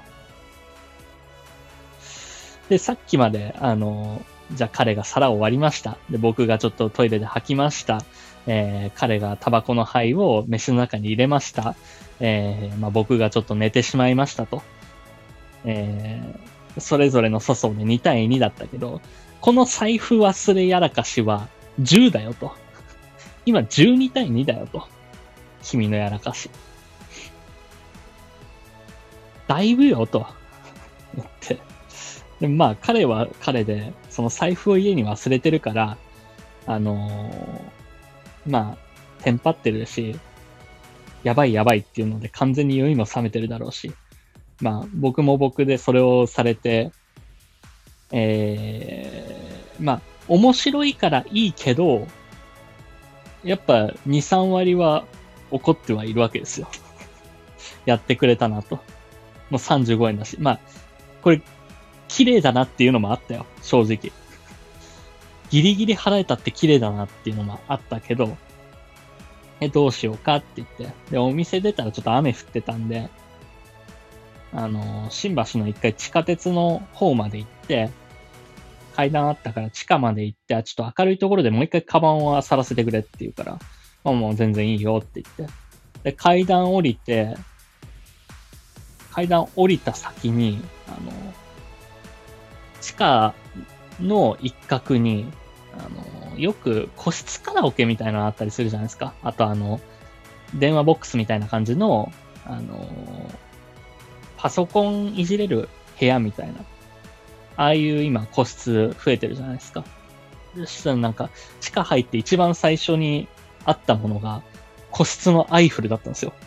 で、さっきまで、あの、じゃあ彼が皿を割りました。で、僕がちょっとトイレで吐きました。えー、彼がタバコの灰を飯の中に入れました。えー、まあ、僕がちょっと寝てしまいましたと。えー、それぞれの粗相でにたいにだったけど、この財布忘れやらかしはじゅうだよと。今じゅうにたいにだよと。君のやらかし。だいぶよと。言って。でまあ彼は彼で、その財布を家に忘れてるから、あのー、まあ、テンパってるし、やばいやばいっていうので完全に酔いも冷めてるだろうし、まあ僕も僕でそれをされて、えー、まあ面白いからいいけど、やっぱに、さん割は怒ってはいるわけですよ。やってくれたなと。もうさんじゅうごえんだし。まあ、これ、綺麗だなっていうのもあったよ。正直。ギリギリ払えたって綺麗だなっていうのもあったけど、え、どうしようかって言って。で、お店出たらちょっと雨降ってたんで、あの、新橋の一回地下鉄の方まで行って、階段あったから地下まで行って、ちょっと明るいところでもう一回カバンを漁らせてくれって言うから、まあもう全然いいよって言って。で、階段降りて、階段降りた先に、あの、地下の一角に、あの、よく個室カラオケみたいなのあったりするじゃないですか。あとあの、電話ボックスみたいな感じの、あの、パソコンいじれる部屋みたいな。ああいう今個室増えてるじゃないですか。そしたらなんか、地下入って一番最初にあったものが、個室のアイフルだったんですよ。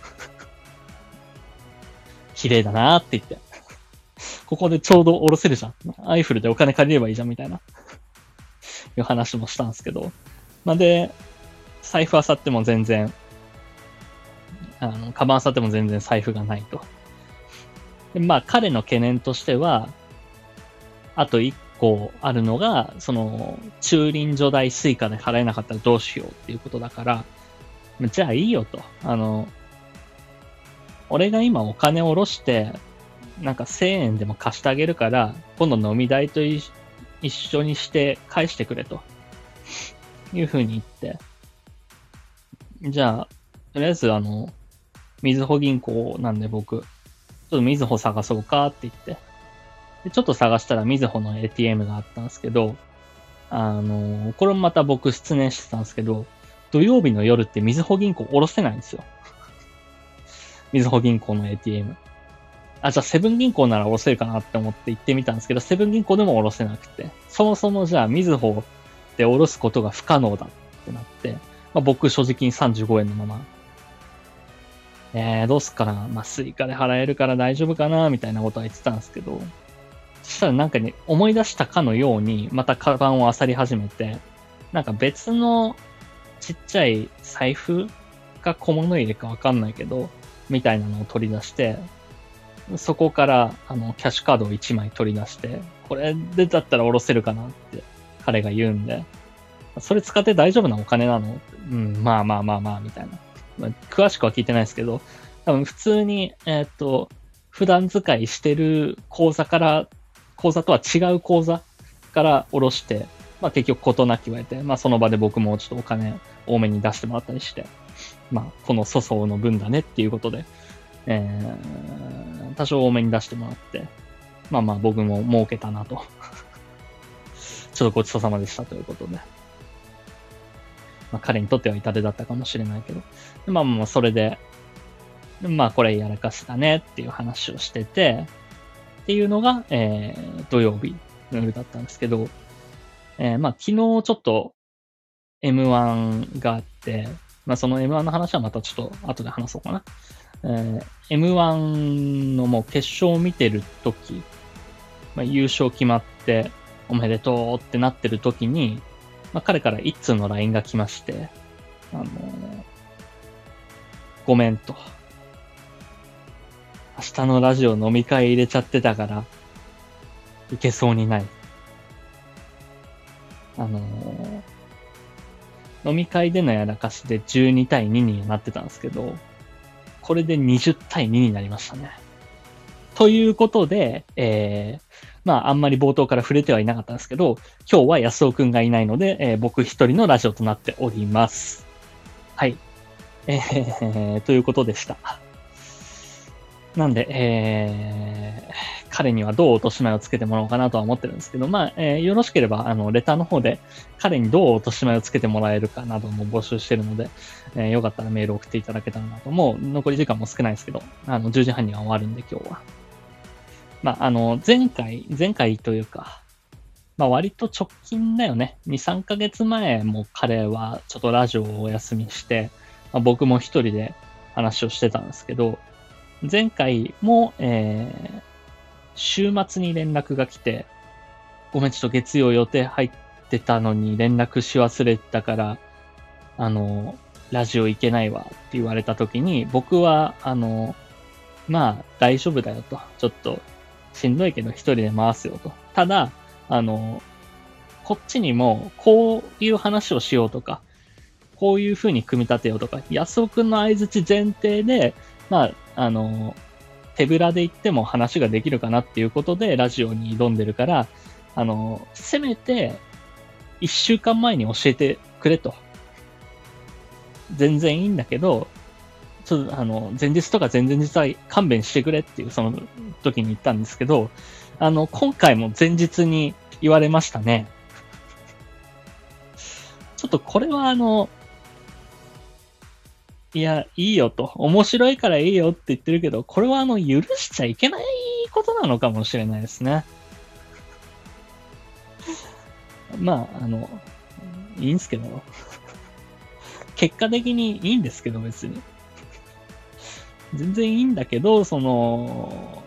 綺麗だなーって言って。ここでちょうど下ろせるじゃん。アイフルでお金借りればいいじゃんみたいな。いう話もしたんですけど。まあ、で、財布漁っても全然、あの、カバン漁っても全然財布がないと。でまあ、彼の懸念としては、あと一個あるのが、その、駐輪場代スイカで払えなかったらどうしようっていうことだから、じゃあいいよと。あの、俺が今お金を下ろして、なんかせんえんでも貸してあげるから、今度飲み代と一緒にして返してくれと。いう風に言って。じゃあ、とりあえずあの、みずほ銀行なんで僕、ちょっとみずほ探そうかって言って。でちょっと探したらみずほの エーティーエム があったんですけど、あの、これもまた僕失念してたんですけど、土曜日の夜ってみずほ銀行下ろせないんですよ。みずほ銀行の エーティーエム。あ、じゃあセブン銀行なら下ろせるかなって思って行ってみたんですけど、セブン銀行でも下ろせなくて、そもそもじゃあみずほで下ろすことが不可能だってなって、まあ、僕所持金さんじゅうごえんのまま、えー、どうすっかな、まあ、スイカで払えるから大丈夫かなみたいなことは言ってたんですけど、そしたらなんかね、思い出したかのように、またカバンを漁り始めて、なんか別のちっちゃい財布か小物入れかわかんないけど、みたいなのを取り出して、そこから、あの、キャッシュカードをいちまい取り出して、これでだったら下ろせるかなって彼が言うんで、 それ使って大丈夫なお金なの？うん、まあまあまあまあ、みたいな。まあ、詳しくは聞いてないですけど、多分普通に、えーっと、普段使いしてる口座から、口座とは違う口座から下ろして、まあ結局事なきを得て、まあその場で僕もちょっとお金多めに出してもらったりして、まあこの粗相の分だねっていうことで、えー、多少多めに出してもらって、まあまあ僕も儲けたなと。ちょっとごちそうさまでしたということで。まあ彼にとっては痛手だったかもしれないけど。まあまあそれで、まあこれやらかしたねっていう話をしてて、っていうのが、えー、土曜日の夜だったんですけど、えー、まあ昨日ちょっと エムワン があって、まあその エムワン の話はまたちょっと後で話そうかな。えー、エムワン のもう決勝を見てるとき、まあ、優勝決まっておめでとうってなってるときに、まあ、彼から一通の ライン が来まして、あのー、ごめんと。明日のラジオ飲み会入れちゃってたから、いけそうにない。あのー、飲み会でのやらかしでじゅうにたいにになってたんですけど、これでにじゅうたいにになりましたね。ということで、えー、まあ、あんまり冒頭から触れてはいなかったんですけど、今日は安尾くんがいないので、えー、僕一人のラジオとなっております。はい。えー、ということでした。なんで、えー、彼にはどう落とし前をつけてもらおうかなとは思ってるんですけど、まあ、えー、よろしければ、あの、レターの方で彼にどう落とし前をつけてもらえるかなども募集してるので、えー、よかったらメールを送っていただけたらなと。もう残り時間も少ないですけど、あの、じゅうじはんには終わるんで今日は。まあ、あの、前回、前回というか、まあ割と直近だよね。に、さんかげつまえも彼はちょっとラジオをお休みして、まあ、僕も一人で話をしてたんですけど、前回も、えー、週末に連絡が来て、ごめんちょっと月曜予定入ってたのに連絡し忘れたから、あの、ラジオ行けないわって言われた時に、僕は、あの、まあ大丈夫だよと。ちょっとしんどいけど一人で回すよと。ただ、あの、こっちにもこういう話をしようとか、こういう風に組み立てようとか、安尾くんの相槌前提で、まあ、あの、手ぶらで言っても話ができるかなっていうことでラジオに挑んでるから、あの、せめて一週間前に教えてくれと。全然いいんだけど、ちょっとあの、前日とか前々日は勘弁してくれっていうその時に言ったんですけど、あの、今回も前日に言われましたね。ちょっとこれはあの、いや、いいよと。面白いからいいよって言ってるけど、これはあの、許しちゃいけないことなのかもしれないですね。まあ、あの、いいんすけど。結果的にいいんですけど、別に。全然いいんだけど、その、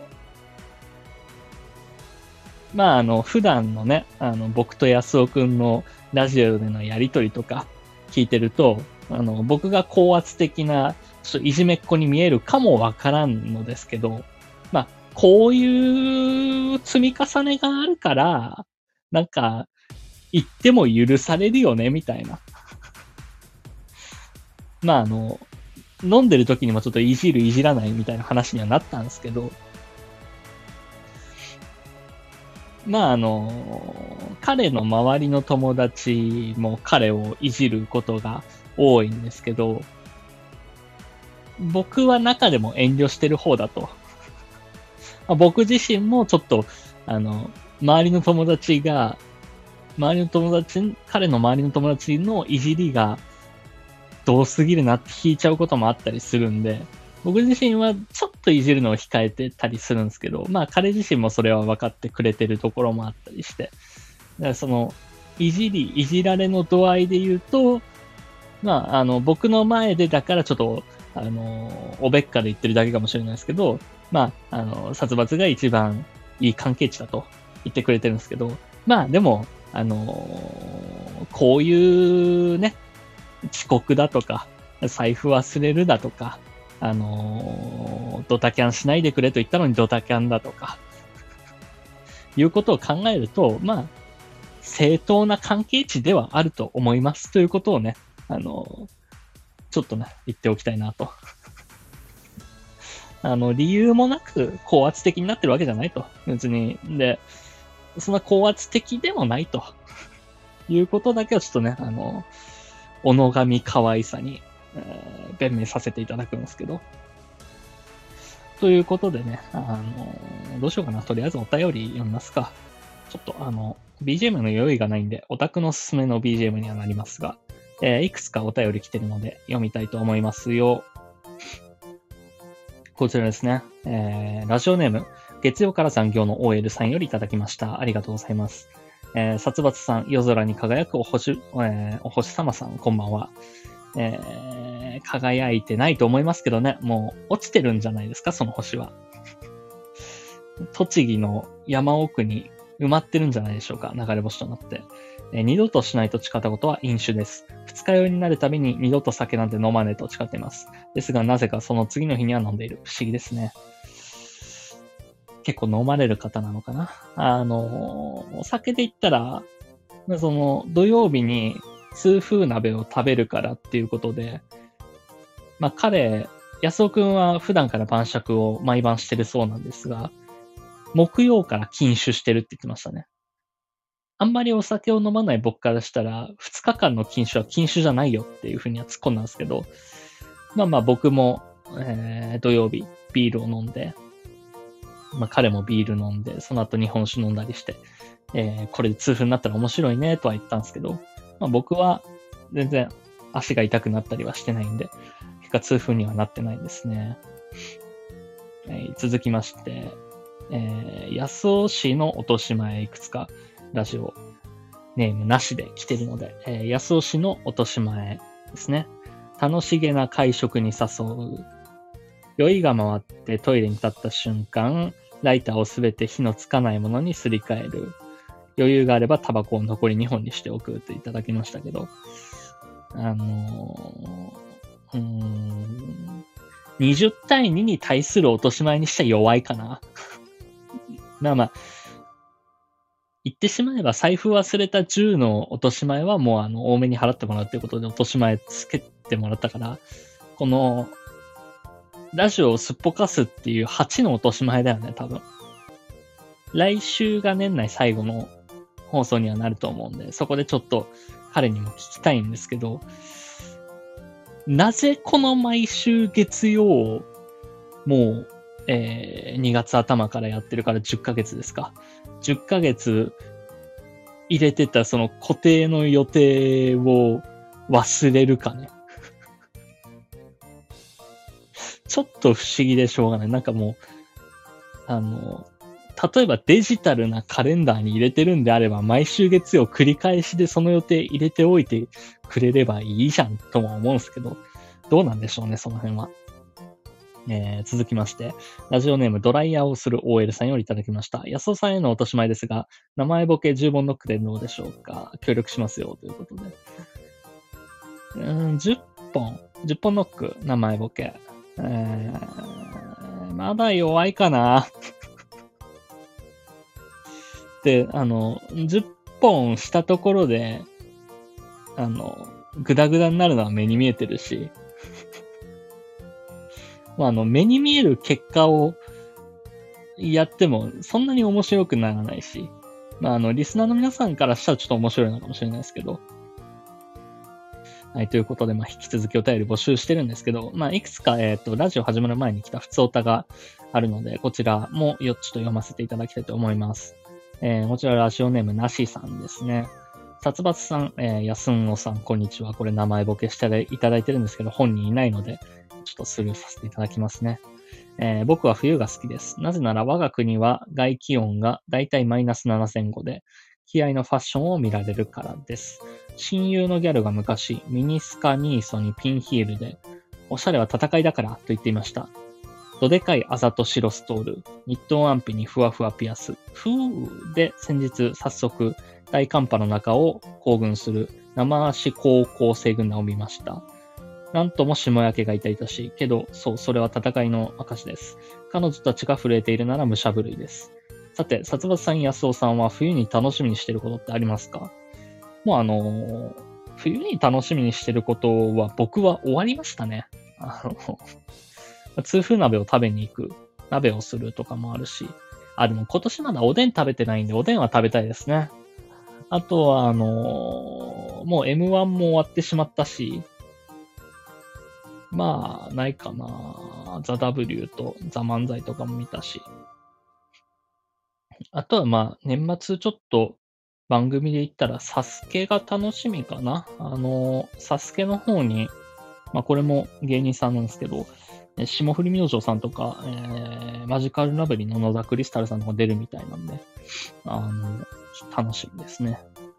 まあ、あの、普段のね、あの、僕と安尾くんのラジオでのやりとりとか聞いてると、あの、僕が高圧的な、ちょっといじめっ子に見えるかもわからんのですけど、まあ、こういう積み重ねがあるから、なんか、言っても許されるよね、みたいな。まあ、あの、飲んでる時にもちょっといじるいじらないみたいな話にはなったんですけど、まああの、彼の周りの友達も彼をいじることが多いんですけど、僕は中でも遠慮してる方だと。僕自身もちょっと、あの、周りの友達が、周りの友達、彼の周りの友達のいじりがどうすぎるなって引いちゃうこともあったりするんで、僕自身はちょっといじるのを控えてたりするんですけど、まあ彼自身もそれは分かってくれてるところもあったりして、だからその、いじり、いじられの度合いで言うと、まあ、あの、僕の前でだからちょっと、あの、おべっかで言ってるだけかもしれないですけど、まあ、あの、殺伐が一番いい関係値だと言ってくれてるんですけど、まあでも、あの、こういうね、遅刻だとか、財布忘れるだとか、あの、ドタキャンしないでくれと言ったのにドタキャンだとか、いうことを考えると、まあ、 正当な関係値ではあると思いますということをね、あの、ちょっとね、言っておきたいなと。あの、理由もなく高圧的になってるわけじゃないと。別に。で、そんな高圧的でもないと。いうことだけはちょっとね、あの、おのがみ可愛さに、えー、弁明させていただくんですけど。ということでね、あの、どうしようかな。とりあえずお便り読みますか。ちょっとあの、ビージーエム の用意がないんで、オタクのおすすめの ビージーエム にはなりますが、えー、いくつかお便り来てるので読みたいと思いますよ。こちらですね。えー、ラジオネーム、月曜から残業の オーエル さんよりいただきました。ありがとうございます。えー、殺伐さん、夜空に輝くお星、えー、お星様さん、こんばんは。えー、輝いてないと思いますけどね、もう落ちてるんじゃないですか、その星は。栃木の山奥に埋まってるんじゃないでしょうか、流れ星となって。えー、二度としないと誓ったことは飲酒です。二日酔いになるたびに二度と酒なんて飲まねえと誓っています。ですがなぜかその次の日には飲んでいる。不思議ですね。結構飲まれる方なのかな。あのー、お酒で言ったら、その土曜日に痛風鍋を食べるからっていうことで、まあ彼、安尾くんは普段から晩酌を毎晩してるそうなんですが、木曜から禁酒してるって言ってましたね。あんまりお酒を飲まない僕からしたら、ふつかかんの禁酒は禁酒じゃないよっていうふうには突っ込んだんですけど、まあまあ僕も、えー、土曜日ビールを飲んで、まあ彼もビール飲んで、その後日本酒飲んだりして、えー、これで痛風になったら面白いねとは言ったんですけど、まあ僕は全然足が痛くなったりはしてないんで、結果痛風にはなってないですね。えー、続きまして、えー、安尾市の落とし前いくつかラジオネームなしで来てるので、えー、安尾市の落とし前ですね。楽しげな会食に誘う。酔いが回ってトイレに立った瞬間、ライターをすべて火のつかないものにすり替える。余裕があればタバコを残りにほんにしておくといただきましたけど、あのー、うーん、にじゅうたいにに対する落とし前にしては弱いかな。まあまあ、言ってしまえば財布忘れたじゅうの落とし前はもうあの多めに払ってもらうということで落とし前つけてもらったから、このラジオをすっぽかすっていうはちの落とし前だよね、多分。来週が年内最後の放送にはなると思うんで、そこでちょっと彼にも聞きたいんですけど、なぜこの毎週月曜をもう、えー、にがつ頭からやってるからじゅっかげつですか。じゅっかげつ入れてたその固定の予定を忘れるかね。ちょっと不思議でしょうがない。なんかもう、あの、例えばデジタルなカレンダーに入れてるんであれば、毎週月曜繰り返しでその予定入れておいてくれればいいじゃんとも思うんですけど、どうなんでしょうね、その辺は。えー、続きまして、ラジオネームドライヤーをする オーエル さんよりいただきました。安尾さんへの落とし前ですが、名前ボケじゅうぼんノックでどうでしょうか。協力しますよ、ということで。うーん、じゅっぽん。じゅっぽんノック、名前ボケ。えー、まだ弱いかな。で、あの、じゅっぽんしたところで、あの、グダグダになるのは目に見えてるし、まあ、あの、目に見える結果をやってもそんなに面白くならないし、まあ、あの、リスナーの皆さんからしたらちょっと面白いのかもしれないですけど。はい、ということで、まあ、引き続きお便り募集してるんですけど、まあ、いくつか、えっと、ラジオ始まる前に来た普通オタがあるので、こちらもよっちと読ませていただきたいと思います。えー、こちらラジオネームなしさんですね。殺伐さん、えー、やすんおさん、こんにちは。これ名前ボケしていただいてるんですけど、本人いないので、ちょっとスルーさせていただきますね。えー、僕は冬が好きです。なぜなら我が国は外気温がだいたいマイナスななせんごで、気合のファッションを見られるからです。親友のギャルが昔、ミニスカニーソにピンヒールで、おしゃれは戦いだからと言っていました。どでかいあざと白ストール、ニットワンピにふわふわピアス、ふーで先日早速大寒波の中を行軍する生足高校生軍団を見ました。なんとも霜焼けが痛々しい。けど、そう、それは戦いの証です。彼女たちが震えているなら武者震いです。 さて、殺伐さん、安尾さんは冬に楽しみにしてることってありますか？もうあの、冬に楽しみにしてることは僕は終わりましたね。あの、痛風鍋を食べに行く、鍋をするとかもあるし、あ、でも今年まだおでん食べてないんで、おでんは食べたいですね。あとは、あの、もう エムワン も終わってしまったし、まあ、ないかな。ザ・ W とザ・漫才とかも見たし。あとはまあ、年末ちょっと番組で言ったら、サスケが楽しみかな。あの、サスケの方に、まあこれも芸人さんなんですけど、え霜降り明星さんとか、えー、マジカルラブリーの野田クリスタルさんとか出るみたいなんで、あの、楽しみですね。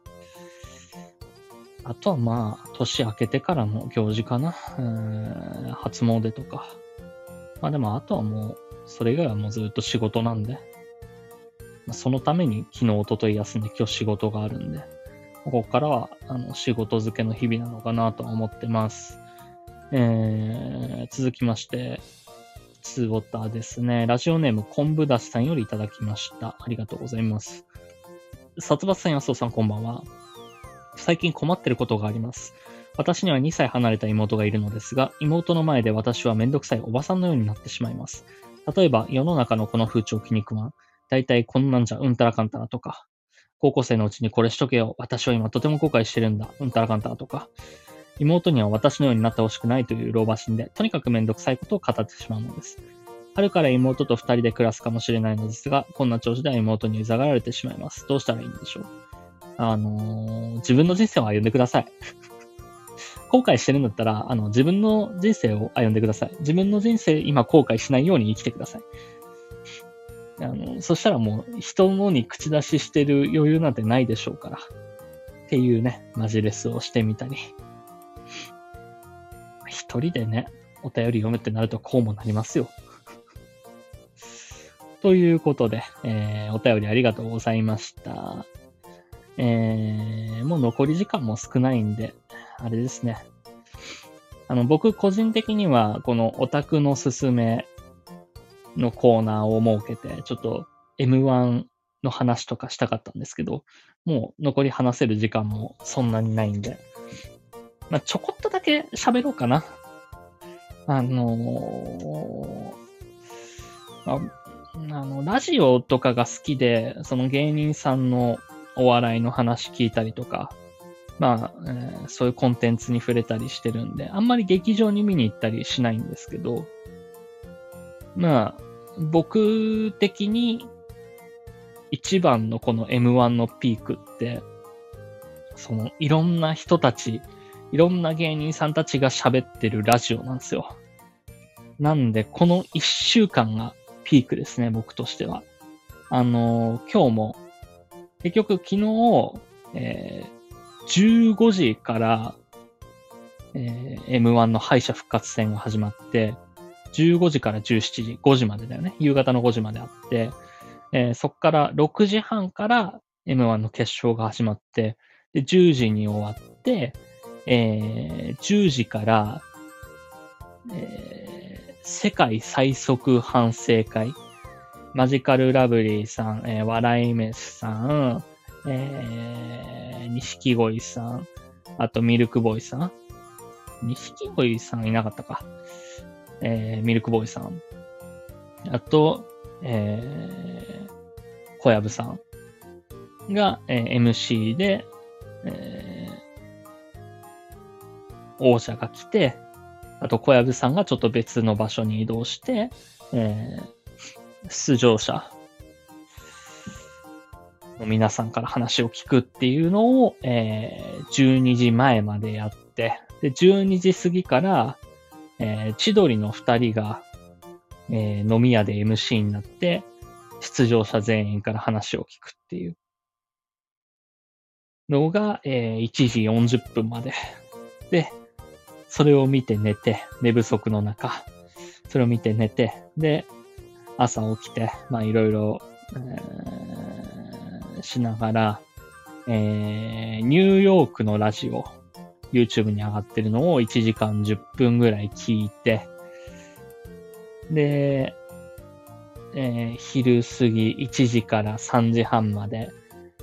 あとはまあ、年明けてからの行事かな。うーん初詣とか。まあでも、あとはもう、それ以外はもうずっと仕事なんで、まあそのために昨日、一昨日休んで今日仕事があるんで、ここからは、あの、仕事漬けの日々なのかなと思ってます。えー、続きまして、つおたですね。ラジオネーム、昆布だしさんよりいただきました。ありがとうございます。殺伐さん、安尾さん、こんばんは。最近困ってることがあります。私にはにさい離れた妹がいるのですが、妹の前で私はめんどくさいおばさんのようになってしまいます。例えば、世の中のこの風潮気に食わん。だいたいこんなんじゃうんたらかんたらとか、高校生のうちにこれしとけよ。私は今とても後悔してるんだ。うんたらかんたらとか、妹には私のようになってほしくないという老婆心で、とにかくめんどくさいことを語ってしまうのです。春から妹と二人で暮らすかもしれないのですが、こんな調子では妹にうざがられてしまいます。どうしたらいいんでしょう。あのー自分の人生を歩んでください。後悔してるんだったら、あの、自分の人生を歩んでください。自分の人生、今後悔しないように生きてください。あの、そしたらもう、人のに口出ししてる余裕なんてないでしょうから。っていうね、マジレスをしてみたり。一人でね、お便り読むってなるとこうもなりますよ。ということで、えー、お便りありがとうございました。えー、もう残り時間も少ないんで、あれですね。あの、僕個人的には、このオタクのすすめのコーナーを設けて、ちょっと エムワン の話とかしたかったんですけど、もう残り話せる時間もそんなにないんで、まあ、ちょこっとだけ喋ろうかな。あのー、ああの、ラジオとかが好きで、その芸人さんのお笑いの話聞いたりとか、まあ、えーそういうコンテンツに触れたりしてるんで、あんまり劇場に見に行ったりしないんですけど、まあ、僕的に一番のこの エムワン のピークって、そのいろんな人たち、いろんな芸人さんたちが喋ってるラジオなんですよ。なんで、この一週間がピークですね、僕としては。あのー今日も、結局昨日、えーじゅうごじからえー、エムワン の敗者復活戦が始まって、じゅうごじからじゅうしちじ、ごじまでだよね。夕方のごじまであって、えーそっからろくじはんから エムワン の決勝が始まって、で、じゅうじに終わって、えーじゅうじから、えー世界最速反省会、マジカルラブリーさん、えー笑い飯さん、えー、錦鯉さん、あとミルクボーイさん、錦鯉さんいなかったか。えー、ミルクボーイさん。あと、えー、小籔さんが、えー、エムシー で、えー、王者が来て、あと小籔さんがちょっと別の場所に移動して、えー、出場者の皆さんから話を聞くっていうのを、えー、じゅうにじまえまでやって、で、じゅうにじ過ぎから、えー、千鳥の二人が、えー飲み屋で エムシー になって、出場者全員から話を聞くっていうのが、えーいちじよんじゅっぷんまで。で、それを見て寝て、寝不足の中、それを見て寝て、で、朝起きて、まあいろいろ、えーしながら、えーニューヨークのラジオ、YouTube に上がってるのをいちじかんじゅっぷんぐらい聞いて、で、 えー、昼過ぎいちじからさんじはんまで、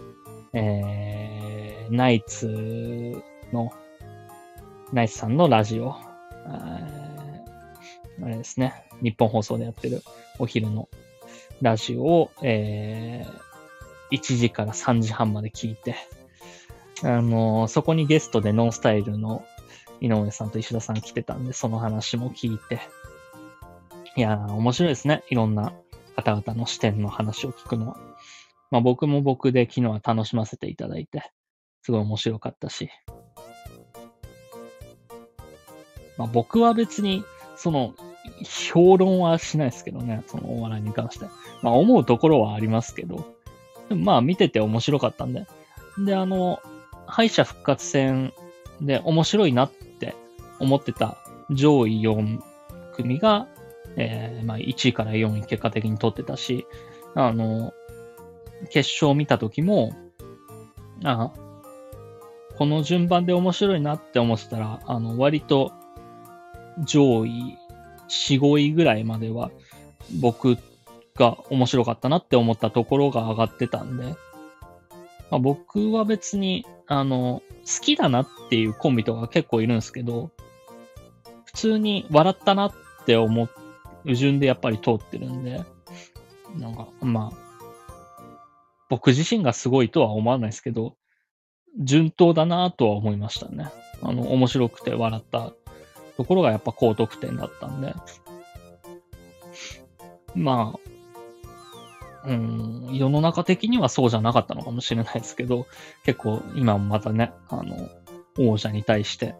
えー、ナイツの、ナイツさんのラジオ、あれですね、日本放送でやってるお昼のラジオを、えー、いちじからさんじはんまで聞いて、あのー、そこにゲストでノンスタイルの井上さんと石田さん来てたんで、その話も聞いて、いやー、面白いですね。いろんな方々の視点の話を聞くのは。まあ僕も僕で昨日は楽しませていただいて、すごい面白かったし。まあ僕は別に、その、評論はしないですけどね、そのお笑いに関して。まあ思うところはありますけど、でもまあ見てて面白かったんで。で、あの、敗者復活戦で面白いなって思ってた上位よん組が、えー、まあいちいからよんい結果的に取ってたし、あの、決勝見た時も、あこの順番で面白いなって思ってたら、あの、割と上位よん、ごいぐらいまでは僕が面白かったなって思ったところが上がってたんで、まあ、僕は別に、あの、好きだなっていうコンビとか結構いるんですけど、普通に笑ったなって思う順でやっぱり通ってるんで、なんか、まあ、僕自身がすごいとは思わないですけど、順当だなとは思いましたね。あの、面白くて笑ったところがやっぱ高得点だったんで。まあ、うん、世の中的にはそうじゃなかったのかもしれないですけど、結構今もまたね、あの、王者に対して、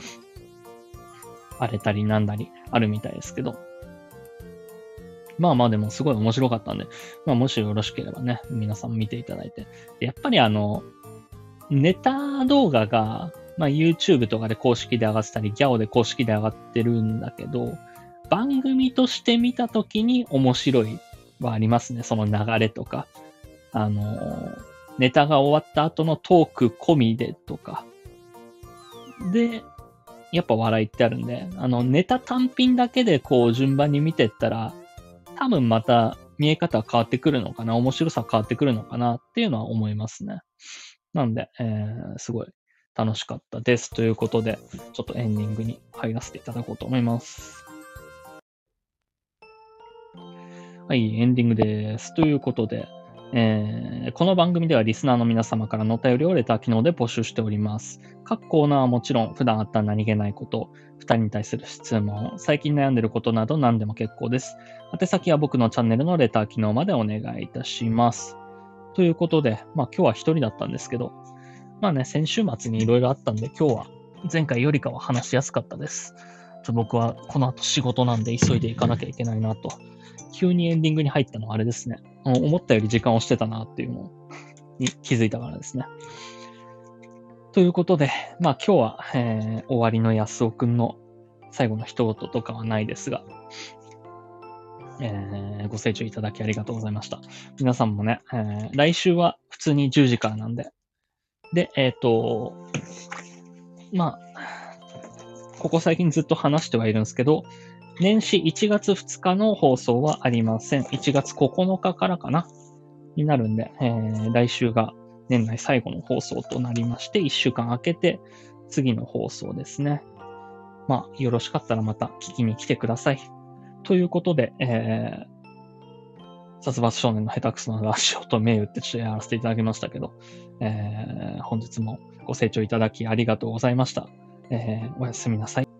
荒れたりなんだりあるみたいですけど。まあまあでもすごい面白かったんで、まあもしよろしければね、皆さん見ていただいて。やっぱりあの、ネタ動画が、まあ YouTube とかで公式で上がってたり、ギャオで公式で上がってるんだけど、番組として見たときに面白いはありますね。その流れとか。あの、ネタが終わった後のトーク込みでとか。で、やっぱ笑いってあるんで、あの、ネタ単品だけでこう順番に見てったら、多分また見え方は変わってくるのかな、面白さ変わってくるのかなっていうのは思いますね。なんで、えー、すごい楽しかったです。ということで、ちょっとエンディングに入らせていただこうと思います。はい、エンディングです。ということで、えー、この番組ではリスナーの皆様からのお便りをレター機能で募集しております。各コーナーはもちろん普段あった何気ないこと、ふたりに対する質問、最近悩んでいることなど何でも結構です。宛先は僕のチャンネルのレター機能までお願いいたします。ということで、まあ今日は一人だったんですけど、まあね、先週末にいろいろあったんで今日は前回よりかは話しやすかったです。ちょ僕はこの後仕事なんで急いで行かなきゃいけないなと。急にエンディングに入ったのはあれですね。思ったより時間をしてたなっていうのに気づいたからですね。ということで、まあ今日は、えー、終わりの安尾くんの最後の一言とかはないですが、えー、ご清聴いただきありがとうございました。皆さんもね、えー、来週は普通にじゅうじからなんで、で、えっ、ー、と、まあ、ここ最近ずっと話してはいるんですけど、年始いちがつふつかの放送はありません。いちがつここのかからかなになるんで、えー、来週が年内最後の放送となりまして、いっしゅうかん空けて次の放送ですね。まあ、よろしかったらまた聞きに来てください。ということで、えー、殺伐少年の下手くそなラジオと銘打ってちょっとやらせていただきましたけど、えー、本日もご清聴いただきありがとうございました。えー、おやすみなさい。